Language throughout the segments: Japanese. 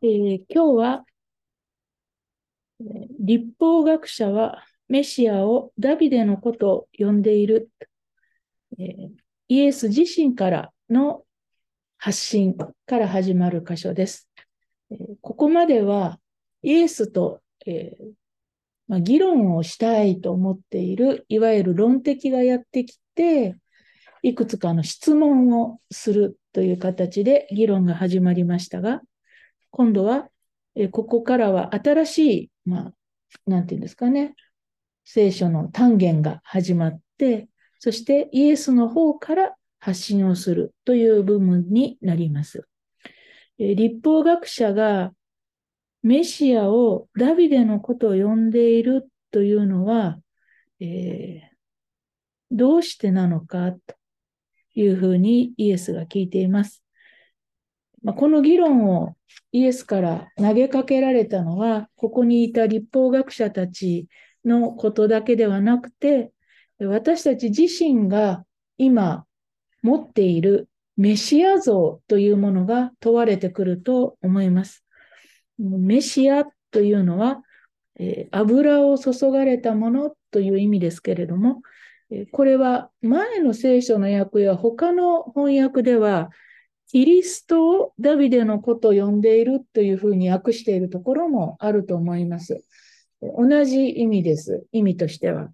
今日は、律法学者はメシアをダビデのことを呼んでいる、イエス自身からの発信から始まる箇所です。ここまではイエスと、議論をしたいと思っているいわゆる論敵がやってきて、いくつかの質問をするという形で議論が始まりましたが、今度はここからは新しい、なんていうんですかね、聖書の単元が始まって、そしてイエスの方から発信をするという部分になります。律法学者がメシアをダビデのことを呼んでいるというのは、どうしてなのかというふうにイエスが聞いています。この議論をイエスから投げかけられたのは、ここにいた律法学者たちのことだけではなくて、私たち自身が今持っているメシア像というものが問われてくると思います。メシアというのは、油を注がれたものという意味ですけれども、これは前の聖書の訳や他の翻訳では、キリストをダビデのことを呼んでいるというふうに訳しているところもあると思います。同じ意味です。意味としては。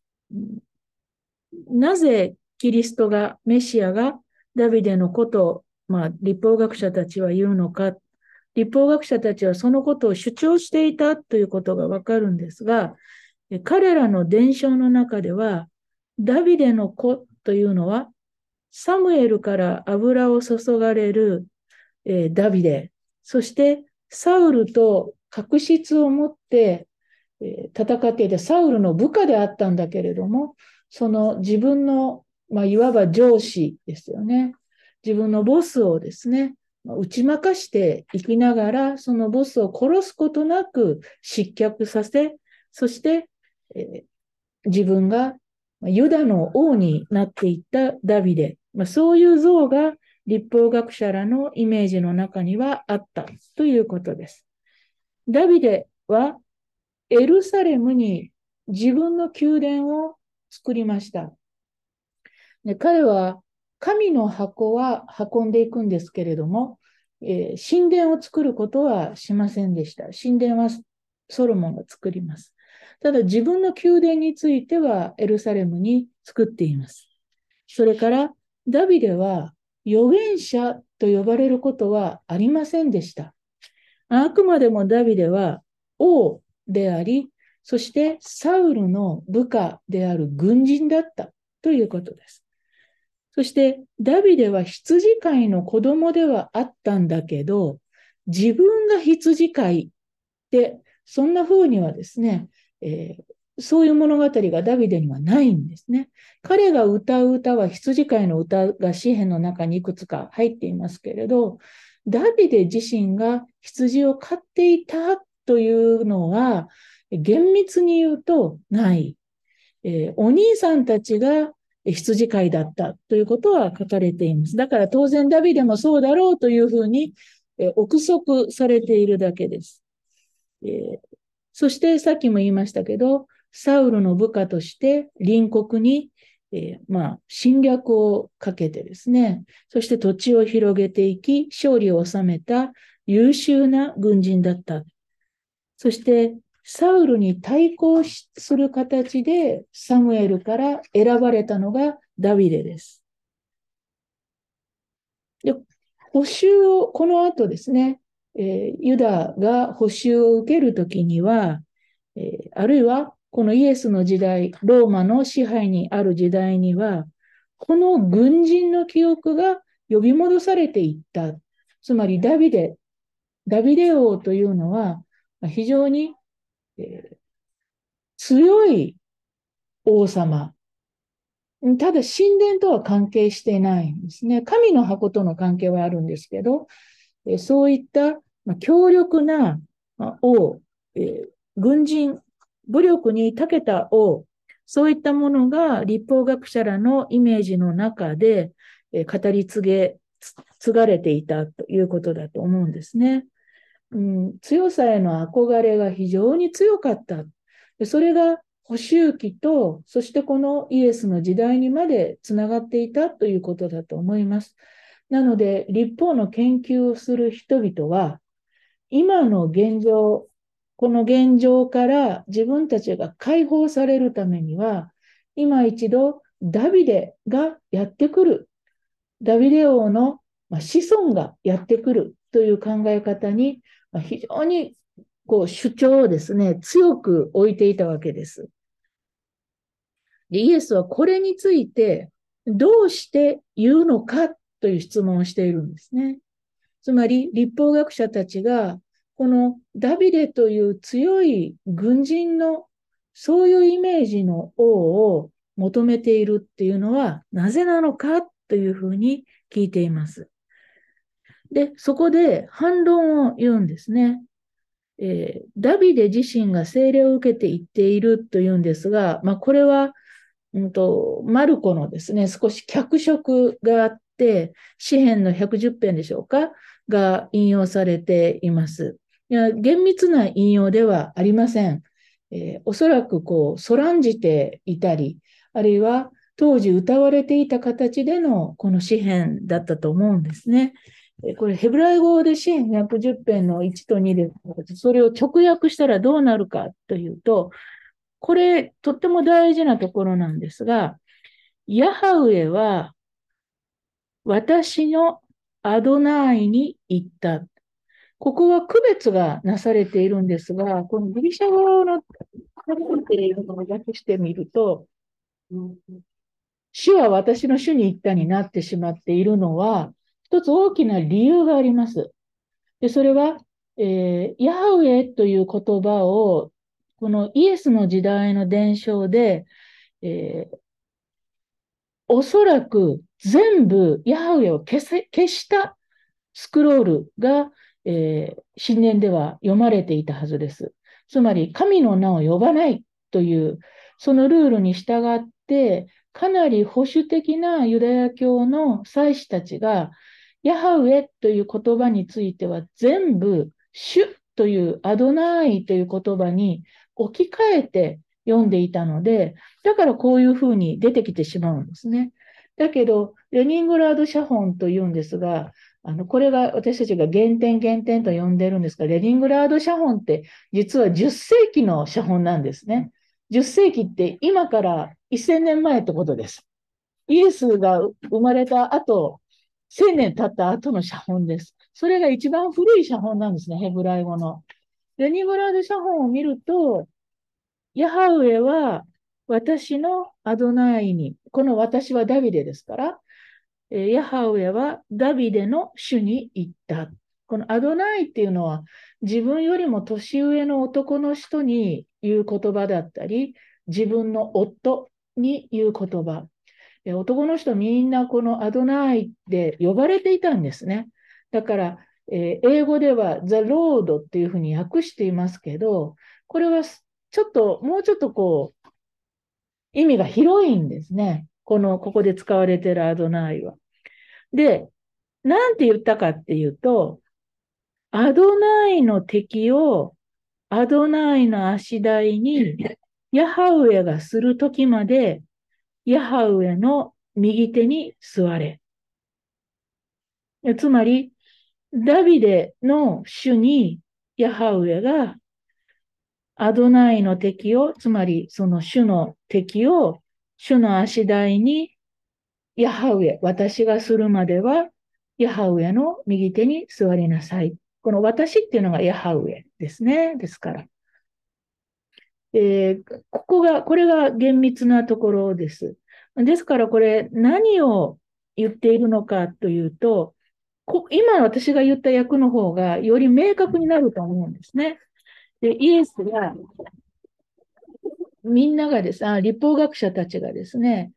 なぜキリストが、メシアがダビデのことを、律法学者たちは言うのか。律法学者たちはそのことを主張していたということがわかるんですが、彼らの伝承の中では、ダビデの子というのは、サムエルから油を注がれる、ダビデ、そしてサウルと確執を持って、戦っていたサウルの部下であったんだけれども、その自分の、いわば上司ですよね。自分のボスをですね、打ち負かしていきながら、そのボスを殺すことなく失脚させ、そして、自分がユダの王になっていったダビデ、そういう像が律法学者らのイメージの中にはあったということです。ダビデはエルサレムに自分の宮殿を作りました。で、彼は神の箱は運んでいくんですけれども、神殿を作ることはしませんでした。神殿はソロモンが作ります。ただ自分の宮殿についてはエルサレムに作っています。それからダビデは預言者と呼ばれることはありませんでした。あくまでもダビデは王であり、そしてサウルの部下である軍人だったということです。そしてダビデは羊飼いの子供ではあったんだけど、自分が羊飼いって、そんな風にはですね、そういう物語がダビデにはないんですね。彼が歌う歌は羊飼いの歌が詩篇の中にいくつか入っていますけれど、ダビデ自身が羊を飼っていたというのは厳密に言うとない。お兄さんたちが羊飼いだったということは書かれています。だから当然ダビデもそうだろうというふうに憶測されているだけです。そしてさっきも言いましたけど、サウルの部下として隣国に、侵略をかけてですね、そして土地を広げていき、勝利を収めた優秀な軍人だった。そしてサウルに対抗する形でサムエルから選ばれたのがダビデです。で、補修を、この後ですね、ユダが補修を受けるときには、あるいはこのイエスの時代、ローマの支配にある時代には、この軍人の記憶が呼び戻されていった。つまりダビデ王というのは非常に、強い王様。ただ神殿とは関係していないんですね。神の箱との関係はあるんですけど、そういった強力な王、軍人、武力に長けた王、そういったものが律法学者らのイメージの中で語り継がれていたということだと思うんですね。 強さへの憧れが非常に強かった。でそれが補修期と、そしてこのイエスの時代にまでつながっていたということだと思います。なので、律法の研究をする人々は、今の現状、この現状から自分たちが解放されるためには、今一度ダビデがやってくる、ダビデ王の子孫がやってくるという考え方に非常に主張をですね、強く置いていたわけです。で、イエスはこれについてどうして言うのかという質問をしているんですね。つまり、律法学者たちが、このダビデという強い軍人の、そういうイメージの王を求めているっていうのは、なぜなのかというふうに聞いています。で、そこで反論を言うんですね。ダビデ自身が聖霊を受けて言っているというんですが、これは、マルコのですね、少し脚色があって、詩編の110編でしょうか、が引用されています。いや、厳密な引用ではありません。おそらくそらんじていたり、あるいは当時歌われていた形でのこの詩編だったと思うんですね。これヘブライ語で詩編110編の1と2で、それを直訳したらどうなるかというと、これ、とっても大事なところなんですが、ヤハウエは私のアドナイに言った。ここは区別がなされているんですが、このギリシャ語の書いているのを訳してみると、主は私の主に言ったになってしまっているのは、一つ大きな理由があります。で、それは、ヤハウエという言葉を、このイエスの時代の伝承で、えーおそらく全部ヤハウェを消したスクロールが、神殿では読まれていたはずです。つまり、神の名を呼ばないという、そのルールに従って、かなり保守的なユダヤ教の祭司たちが、ヤハウェという言葉については全部、主というアドナーイという言葉に置き換えて読んでいたので、だからこういうふうに出てきてしまうんですね。だけど、レニングラード写本というんですが、これが私たちが原点と呼んでるんですが、レニングラード写本って実は10世紀の写本なんですね。10世紀って今から1000年前ってことです。イエスが生まれた後、1000年経った後の写本です。それが一番古い写本なんですね、ヘブライ語の。レニングラード写本を見ると、ヤハウエは私のアドナイに、この私はダビデですから、ヤハウエはダビデの主に言った。このアドナイっていうのは自分よりも年上の男の人に言う言葉だったり、自分の夫に言う言葉。男の人みんなこのアドナイで呼ばれていたんですね。だから、英語では The Lord っていうふうに訳していますけど、これはもうちょっと意味が広いんですね。ここで使われているアドナイは。で、なんて言ったかっていうと、アドナイの敵をアドナイの足台にヤハウエがするときまで、ヤハウエの右手に座れ。つまり、ダビデの主にヤハウエがアドナイの敵を、つまりその主の敵を主の足台にヤハウエ、私がするまでは、ヤハウエの右手に座りなさい。この私っていうのがヤハウエですね。ですから。これが厳密なところです。ですから、これ、何を言っているのかというと、今私が言った役の方がより明確になると思うんですね。で、イエスが、みんながですね、律法学者たちがですね、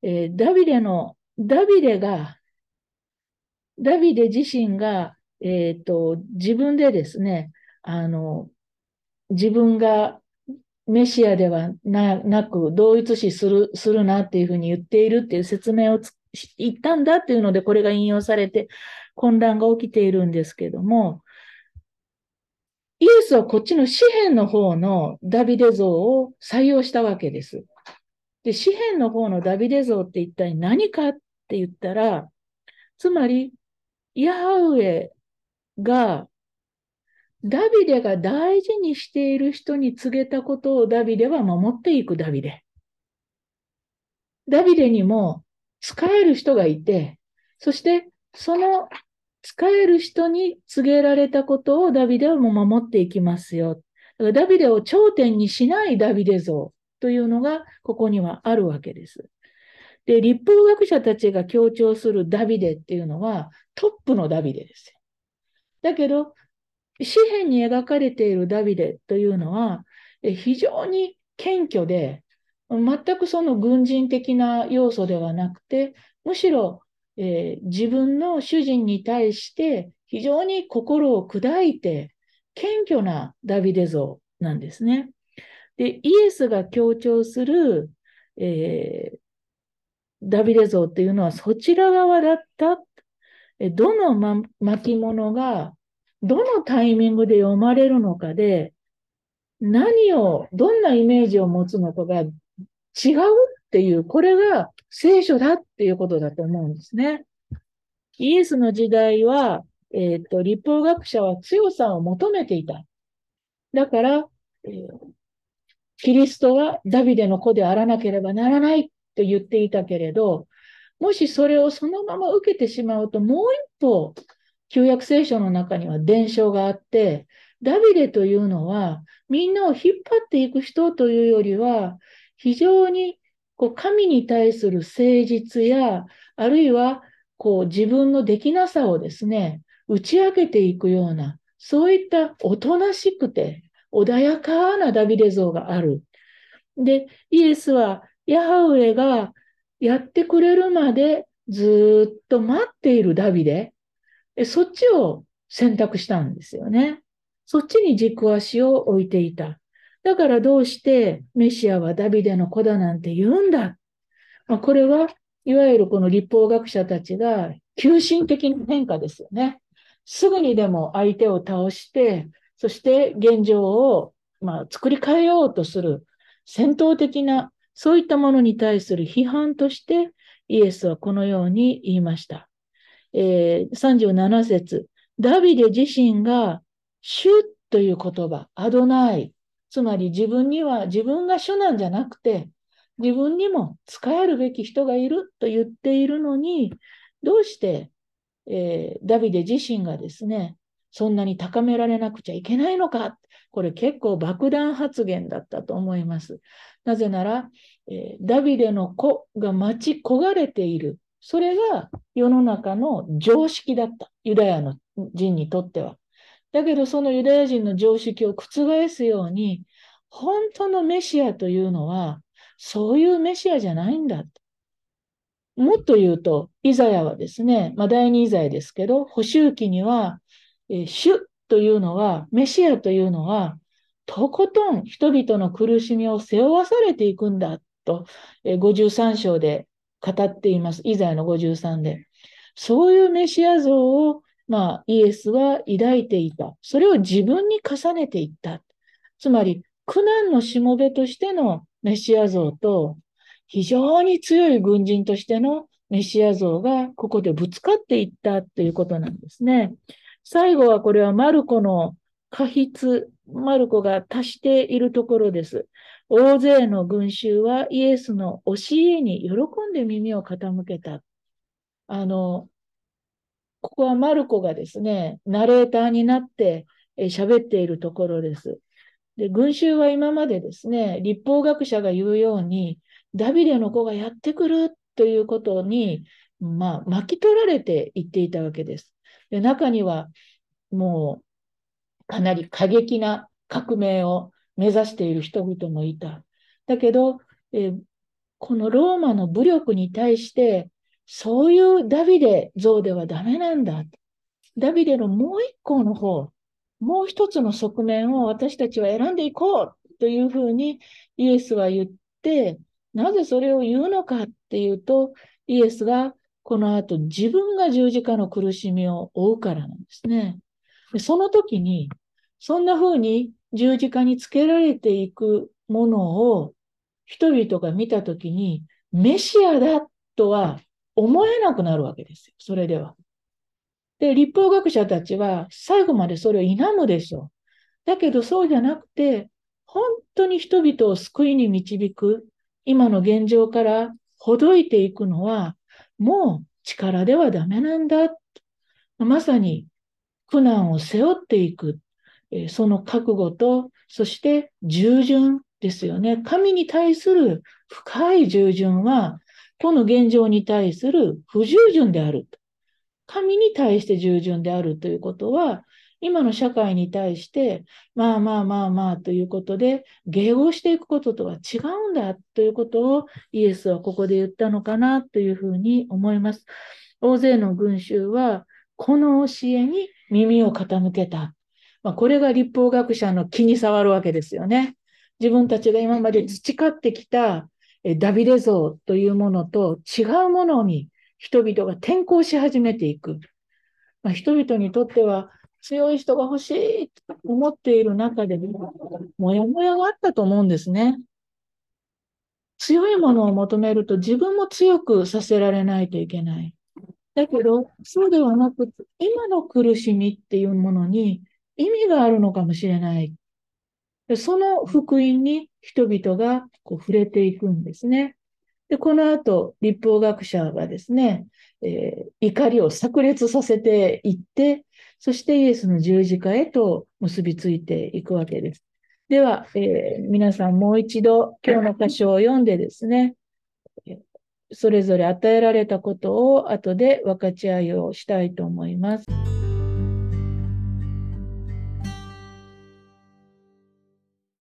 ダビデ自身が、自分でですね、自分がメシアではなく、同一視するなっていうふうに言っているっていう説明を言ったんだっていうので、これが引用されて混乱が起きているんですけども、 イエスはこっちの詩篇の方のダビデ像を採用したわけです。で、詩篇の方のダビデ像って一体何かって言ったら、つまり、ヤハウェが、ダビデが大事にしている人に告げたことをダビデは守っていくダビデ。ダビデにも仕える人がいて、そしてその仕える人に告げられたことをダビデはもう守っていきますよ。だからダビデを頂点にしないダビデ像というのがここにはあるわけです。で、立法学者たちが強調するダビデっていうのはトップのダビデですよ。だけど、詩篇に描かれているダビデというのは、非常に謙虚で、全くその軍人的な要素ではなくて、むしろ、自分の主人に対して非常に心を砕いて、謙虚なダビデ像なんですね。で、イエスが強調する、えーダビデ像っていうのはそちら側だった。どの巻物がどのタイミングで読まれるのかで、どんなイメージを持つのかが違うっていう、これが聖書だっていうことだと思うんですね。イエスの時代は、立法学者は強さを求めていた。だから、キリストはダビデの子であらなければならないと言っていたけれど、もしそれをそのまま受けてしまうと、もう一歩、旧約聖書の中には伝承があって、ダビデというのは、みんなを引っ張っていく人というよりは、非常に神に対する誠実や、あるいは自分のできなさをですね、打ち明けていくような、そういったおとなしくて、穏やかなダビデ像がある。で、イエスはヤハウェがやってくれるまでずっと待っているダビデ、そっちを選択したんですよね。そっちに軸足を置いていた。だからどうしてメシアはダビデの子だなんて言うんだ。これはいわゆるこの立法学者たちが急進的な変化ですよね。すぐにでも相手を倒して、そして現状を作り変えようとする戦闘的な、そういったものに対する批判としてイエスはこのように言いました。37節、ダビデ自身が主という言葉、アドナイ、つまり自分が主なんじゃなくて、自分にも仕えるべき人がいると言っているのに、どうして、ダビデ自身がですね、そんなに高められなくちゃいけないのか。これ結構爆弾発言だったと思います。なぜなら、ダビデの子が待ち焦がれている。それが世の中の常識だった。ユダヤの人にとっては。だけどそのユダヤ人の常識を覆すように、本当のメシアというのは、そういうメシアじゃないんだ。もっと言うと、イザヤはですね、第二イザヤですけど、補修記には、主というのは、メシアというのは、とことん人々の苦しみを背負わされていくんだと、53章で語っています。イザヤの53で。そういうメシア像を、イエスは抱いていた。それを自分に重ねていった。つまり、苦難のしもべとしてのメシア像と、非常に強い軍人としてのメシア像がここでぶつかっていったということなんですね。最後はこれはマルコの過失、マルコが足しているところです。大勢の群衆はイエスの教えに喜んで耳を傾けた。ここはマルコがですね、ナレーターになって喋っているところです。で、群衆は今までですね、立法学者が言うように、ダビデの子がやってくるということに、巻き取られていっていたわけです。で、中にはもうかなり過激な革命を目指している人々もいた。だけど、このローマの武力に対して、そういうダビデ像ではダメなんだ。ダビデのもう一個の方、もう一つの側面を私たちは選んでいこうというふうにイエスは言って、なぜそれを言うのかっていうと、イエスがこの後自分が十字架の苦しみを負うからなんですね。でその時に、 そんな風に十字架につけられていくものを人々が見たときに、メシアだとは思えなくなるわけですよ、それでは。で、立法学者たちは最後までそれを否むでしょう。だけどそうじゃなくて、本当に人々を救いに導く、今の現状からほどいていくのは、もう力ではダメなんだ。まさに苦難を背負っていく、その覚悟と、そして従順ですよね。神に対する深い従順は、この現状に対する不従順である。神に対して従順であるということは、今の社会に対して、まあまあまあまあということで、迎合していくこととは違うんだということをイエスはここで言ったのかなというふうに思います。大勢の群衆は、この教えに耳を傾けた。これが立法学者の気に障るわけですよね。自分たちが今まで培ってきたダビデ像というものと違うものに人々が転向し始めていく。人々にとっては強い人が欲しいと思っている中でも、もやもやがあったと思うんですね。強いものを求めると自分も強くさせられないといけない。だけど、そうではなく、今の苦しみっていうものに意味があるのかもしれない。その福音に人々が触れていくんですね。で、この後、立法学者がですね、怒りを炸裂させていって、そしてイエスの十字架へと結びついていくわけです。では、皆さんもう一度今日の箇所を読んでですね、それぞれ与えられたことを後で分かち合いをしたいと思います。